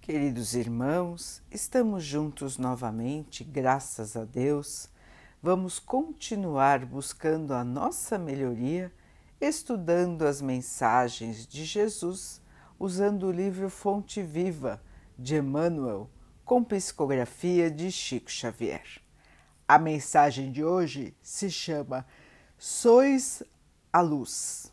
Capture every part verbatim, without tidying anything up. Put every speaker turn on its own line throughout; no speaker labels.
Queridos irmãos, estamos juntos novamente, graças a Deus. Vamos continuar buscando a nossa melhoria, estudando as mensagens de Jesus, usando o livro Fonte Viva de Emmanuel, com psicografia de Chico Xavier. A mensagem de hoje se chama Sois a Luz.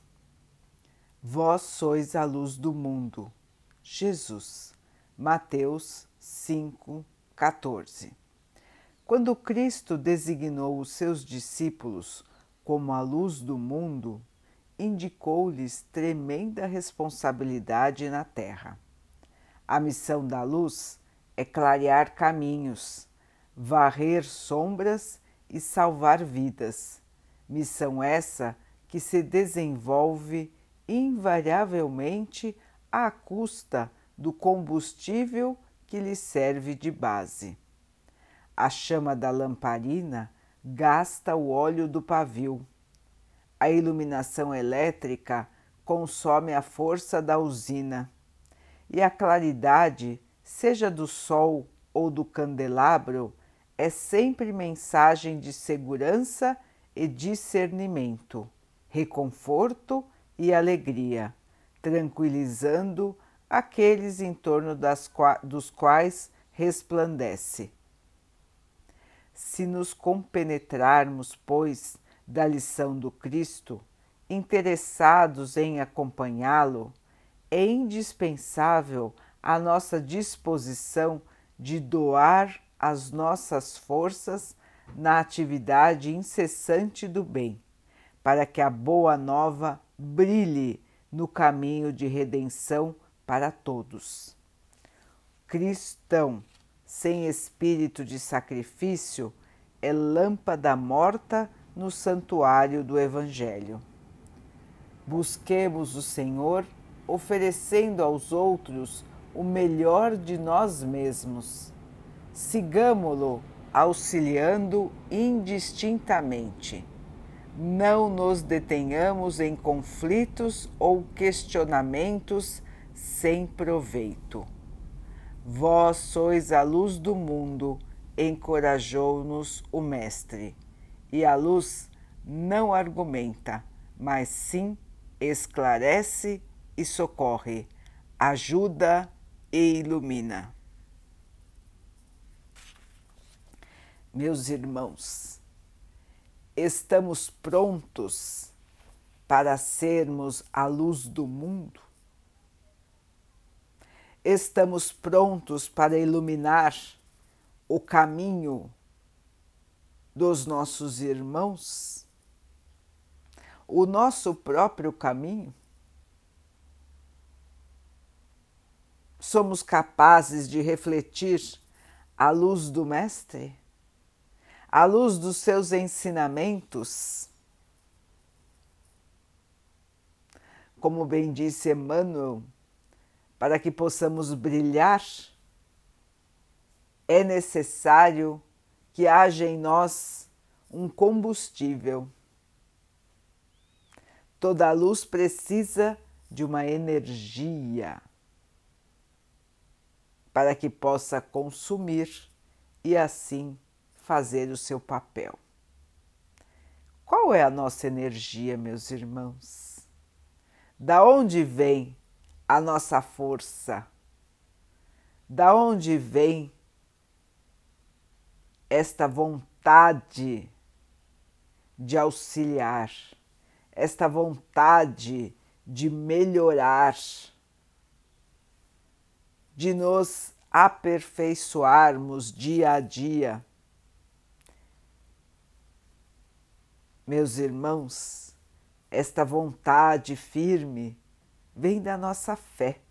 Vós sois a luz do mundo. Jesus. Mateus cinco, quatorze. Quando Cristo designou os seus discípulos como a luz do mundo, indicou-lhes tremenda responsabilidade na terra. A missão da luz é clarear caminhos, varrer sombras e salvar vidas. Missão essa que se desenvolve invariavelmente à custa do combustível que lhe serve de base. A chama da lamparina gasta o óleo do pavio. A iluminação elétrica consome a força da usina. E a claridade, seja do sol ou do candelabro, é sempre mensagem de segurança e discernimento, reconforto e alegria, tranquilizando aqueles em torno das, dos quais resplandece. Se nos compenetrarmos, pois, da lição do Cristo, interessados em acompanhá-lo, é indispensável a nossa disposição de doar as nossas forças na atividade incessante do bem, para que a boa nova brilhe no caminho de redenção para todos. Cristão sem espírito de sacrifício é lâmpada morta no santuário do Evangelho. Busquemos o Senhor oferecendo aos outros o melhor de nós mesmos. Sigamo-lo auxiliando indistintamente. Não nos detenhamos em conflitos ou questionamentos sem proveito. Vós sois a luz do mundo, encorajou-nos o Mestre. E a luz não argumenta, mas sim esclarece e socorre, ajuda e ilumina. Meus irmãos, estamos prontos para sermos a luz do mundo? Estamos prontos para iluminar o caminho dos nossos irmãos? O nosso próprio caminho? Somos capazes de refletir a luz do Mestre? A luz dos seus ensinamentos? Como bem disse Emmanuel, para que possamos brilhar, é necessário que haja em nós um combustível. Toda luz precisa de uma energia para que possa consumir e assim fazer o seu papel. Qual é a nossa energia, meus irmãos? Da onde vem a nossa força? Da onde vem esta vontade de auxiliar, esta vontade de melhorar, de nos aperfeiçoarmos dia a dia? Meus irmãos, esta vontade firme vem da nossa fé,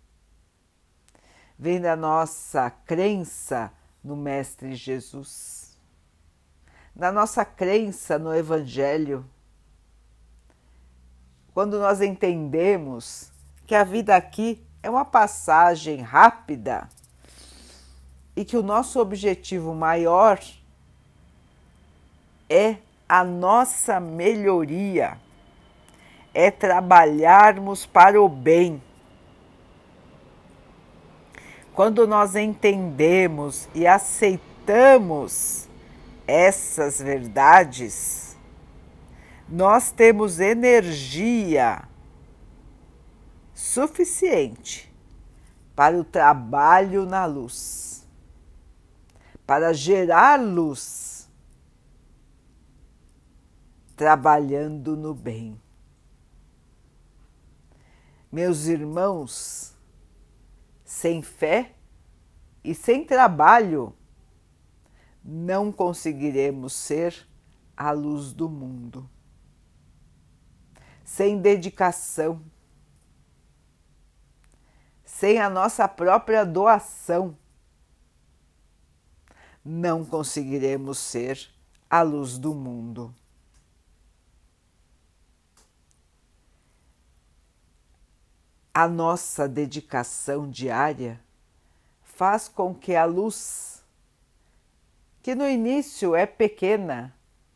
vem da nossa crença no Mestre Jesus, da nossa crença no Evangelho. Quando nós entendemos que a vida aqui é uma passagem rápida e que o nosso objetivo maior é a nossa melhoria, é trabalharmos para o bem. Quando nós entendemos e aceitamos essas verdades, nós temos energia suficiente para o trabalho na luz, para gerar luz, trabalhando no bem. Meus irmãos, sem fé e sem trabalho, não conseguiremos ser a luz do mundo. Sem dedicação, sem a nossa própria doação, não conseguiremos ser a luz do mundo. A nossa dedicação diária faz com que a luz, que no início é pequena,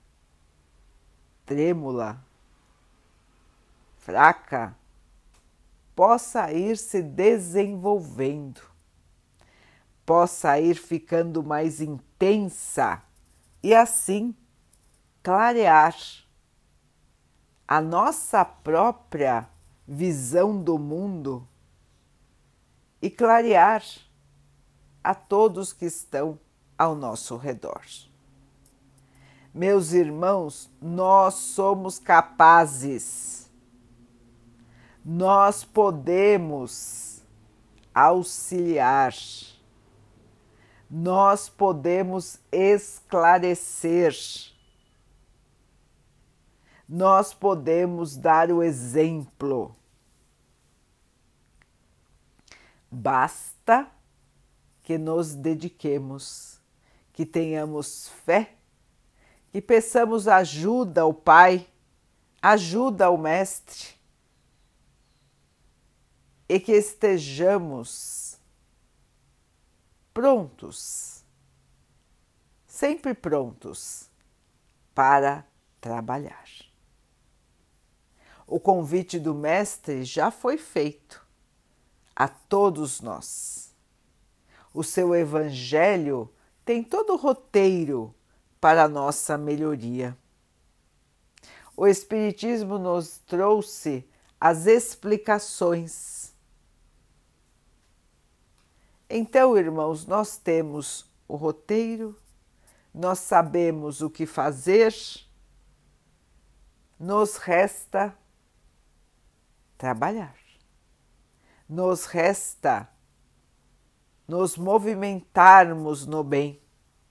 trêmula, fraca, possa ir se desenvolvendo, possa ir ficando mais intensa e assim clarear a nossa própria visão do mundo e clarear a todos que estão ao nosso redor. Meus irmãos, nós somos capazes, nós podemos auxiliar, nós podemos esclarecer, nós podemos dar o exemplo. Basta que nos dediquemos, que tenhamos fé, que peçamos ajuda ao Pai, ajuda ao Mestre e que estejamos prontos, sempre prontos para trabalhar. O convite do Mestre já foi feito a todos nós. O seu Evangelho tem todo o roteiro para a nossa melhoria. O Espiritismo nos trouxe as explicações. Então, irmãos, nós temos o roteiro, nós sabemos o que fazer, nos resta trabalhar, nos resta nos movimentarmos no bem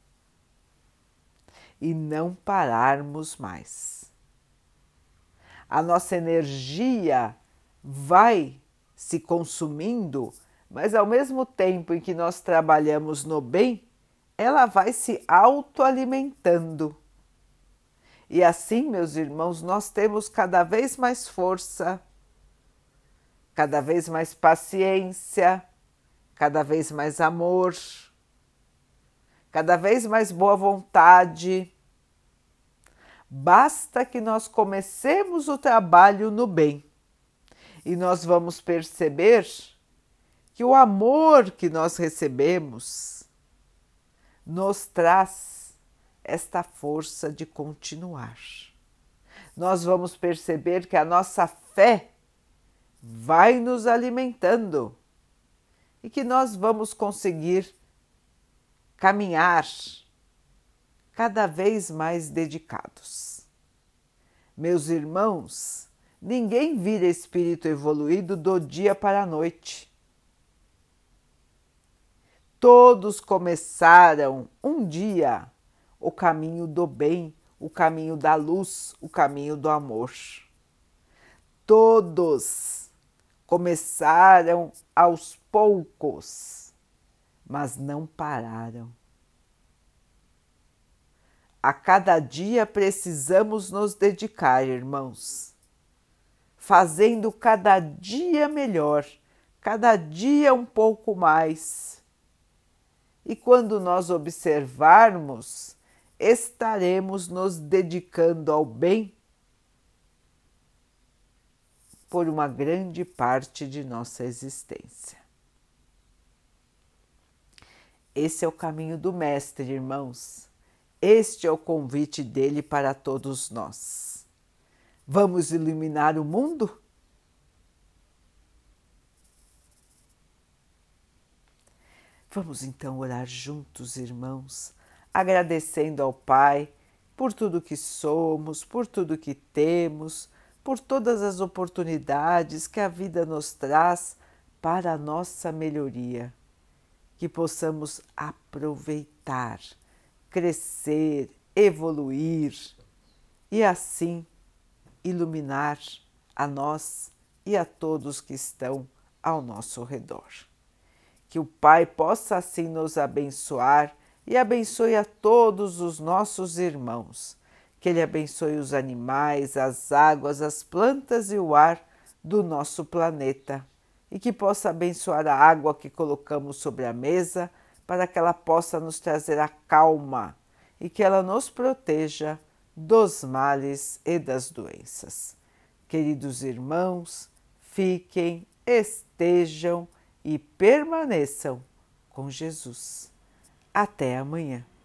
e não pararmos mais. A nossa energia vai se consumindo, mas ao mesmo tempo em que nós trabalhamos no bem, ela vai se autoalimentando. E assim, meus irmãos, nós temos cada vez mais força, cada vez mais paciência, cada vez mais amor, cada vez mais boa vontade. Basta que nós comecemos o trabalho no bem e nós vamos perceber que o amor que nós recebemos nos traz esta força de continuar. Nós vamos perceber que a nossa fé vai nos alimentando e que nós vamos conseguir caminhar cada vez mais dedicados. Meus irmãos, ninguém vira espírito evoluído do dia para a noite. Todos começaram um dia o caminho do bem, o caminho da luz, o caminho do amor. Todos começaram aos poucos, mas não pararam. A cada dia precisamos nos dedicar, irmãos, fazendo cada dia melhor, cada dia um pouco mais. E quando nós observarmos, estaremos nos dedicando ao bem por uma grande parte de nossa existência. Esse é o caminho do Mestre, irmãos. Este é o convite dele para todos nós. Vamos iluminar o mundo? Vamos então orar juntos, irmãos, agradecendo ao Pai por tudo que somos, por tudo que temos, por todas as oportunidades que a vida nos traz para a nossa melhoria. Que possamos aproveitar, crescer, evoluir e assim iluminar a nós e a todos que estão ao nosso redor. Que o Pai possa assim nos abençoar e abençoe a todos os nossos irmãos. Que Ele abençoe os animais, as águas, as plantas e o ar do nosso planeta. E que possa abençoar a água que colocamos sobre a mesa para que ela possa nos trazer a calma e que ela nos proteja dos males e das doenças. Queridos irmãos, fiquem, estejam e permaneçam com Jesus. Até amanhã.